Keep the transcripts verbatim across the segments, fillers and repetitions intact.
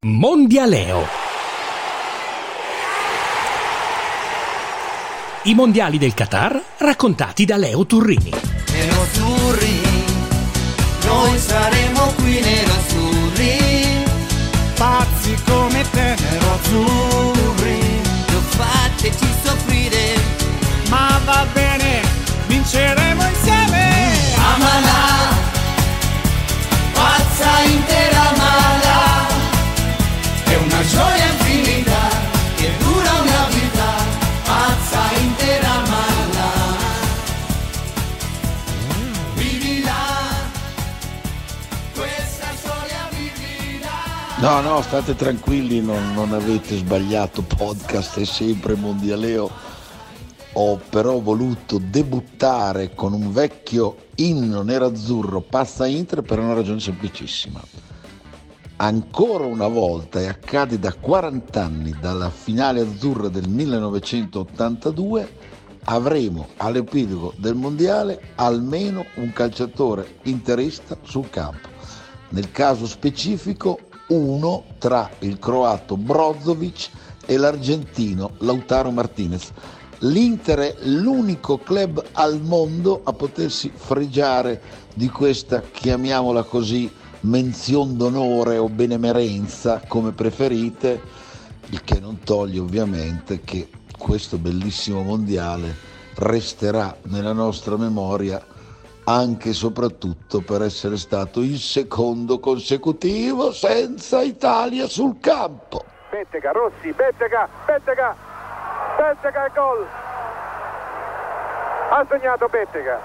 Mondialeo. I mondiali del Qatar raccontati da Leo Turrini. Nerazzurri, noi saremo qui nerazzurri, pazzi come te, nerazzurri, non fateci soffrire, ma va bene, vinceremo insieme. Amala, pazza intera mala, è una gioia infinita che dura una vita, pazza intera mala, vivila, questa storia vivila. No, no, state tranquilli, non, non avete sbagliato podcast, è sempre Mondialeo. Ho però voluto debuttare con un vecchio inno nerazzurro, Pazza Inter, per una ragione semplicissima. Ancora una volta, e accade da quaranta anni dalla finale azzurra del millenovecentottantadue, avremo all'epilogo del mondiale almeno un calciatore interista sul campo. Nel caso specifico uno tra il croato Brozovic e l'argentino Lautaro Martinez. L'Inter è l'unico club al mondo a potersi fregiare di questa, chiamiamola così, menzione d'onore o benemerenza, come preferite, il che non toglie ovviamente che questo bellissimo mondiale resterà nella nostra memoria anche e soprattutto per essere stato il secondo consecutivo senza Italia sul campo. Bettega, Rossi, Bettega, Bettega, Bettega e gol! Ha segnato Bettega.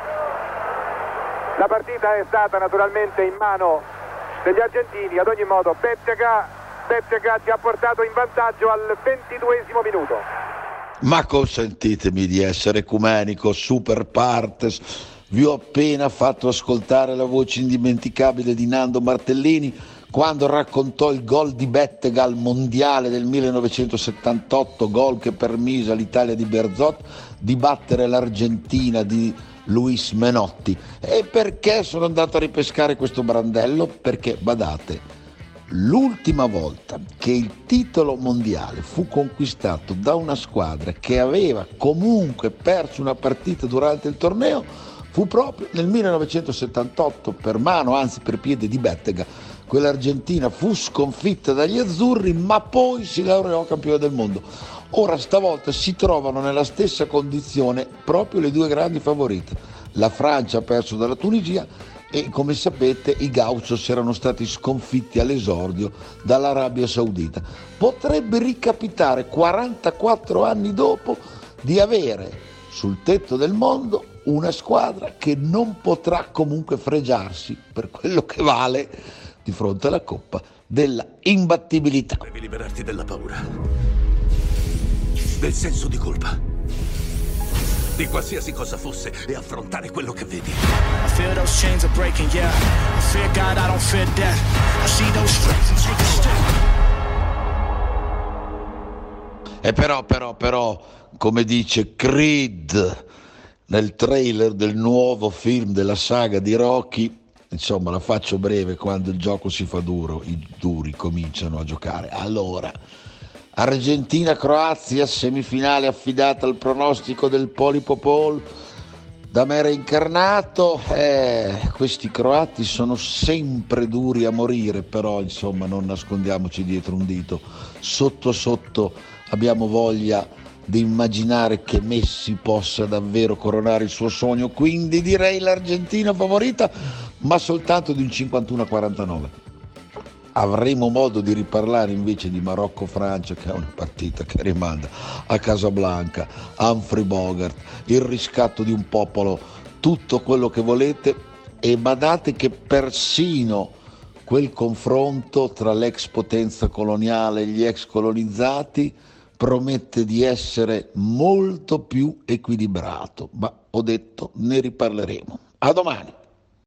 La partita è stata naturalmente in mano degli argentini, ad ogni modo Bettega, Bettega ci ha portato in vantaggio al ventiduesimo minuto. Ma consentitemi di essere ecumenico, super partes. Vi ho appena fatto ascoltare la voce indimenticabile di Nando Martellini quando raccontò il gol di Bettega al mondiale del millenovecentosettantotto, gol che permise all'Italia di Bearzot di battere l'Argentina di Luis Menotti. E perché sono andato a ripescare questo brandello? Perché, badate, l'ultima volta che il titolo mondiale fu conquistato da una squadra che aveva comunque perso una partita durante il torneo fu proprio nel millenovecentosettantotto, per mano, anzi per piede di Bettega. Quell'Argentina fu sconfitta dagli azzurri, ma poi si laureò campione del mondo. Ora stavolta si trovano nella stessa condizione proprio le due grandi favorite. La Francia ha perso dalla Tunisia e, come sapete, i Gauchos erano stati sconfitti all'esordio dall'Arabia Saudita. Potrebbe ricapitare quarantaquattro anni dopo di avere sul tetto del mondo una squadra che non potrà comunque fregiarsi, per quello che vale, di fronte alla Coppa, della imbattibilità. Devi liberarti della paura, del senso di colpa, di qualsiasi cosa fosse, e affrontare quello che vedi. I feel those chains are breaking, yeah. I fear God, I don't fear death. I see those stripes and take a step. E però, però, però, come dice Creed nel trailer del nuovo film della saga di Rocky, insomma, la faccio breve, quando il gioco si fa duro, i duri cominciano a giocare. Allora, Argentina-Croazia, semifinale affidata al pronostico del Polipopol da me reincarnato. Eh, questi croati sono sempre duri a morire, però insomma non nascondiamoci dietro un dito. Sotto sotto abbiamo voglia di immaginare che Messi possa davvero coronare il suo sogno, quindi direi l'Argentina favorita, ma soltanto di un cinquantuno a quarantanove. Avremo modo di riparlare invece di Marocco-Francia, che è una partita che rimanda a Casablanca, Humphrey Bogart, il riscatto di un popolo, tutto quello che volete, e badate che persino quel confronto tra l'ex potenza coloniale e gli ex colonizzati promette di essere molto più equilibrato, ma ho detto ne riparleremo. A domani.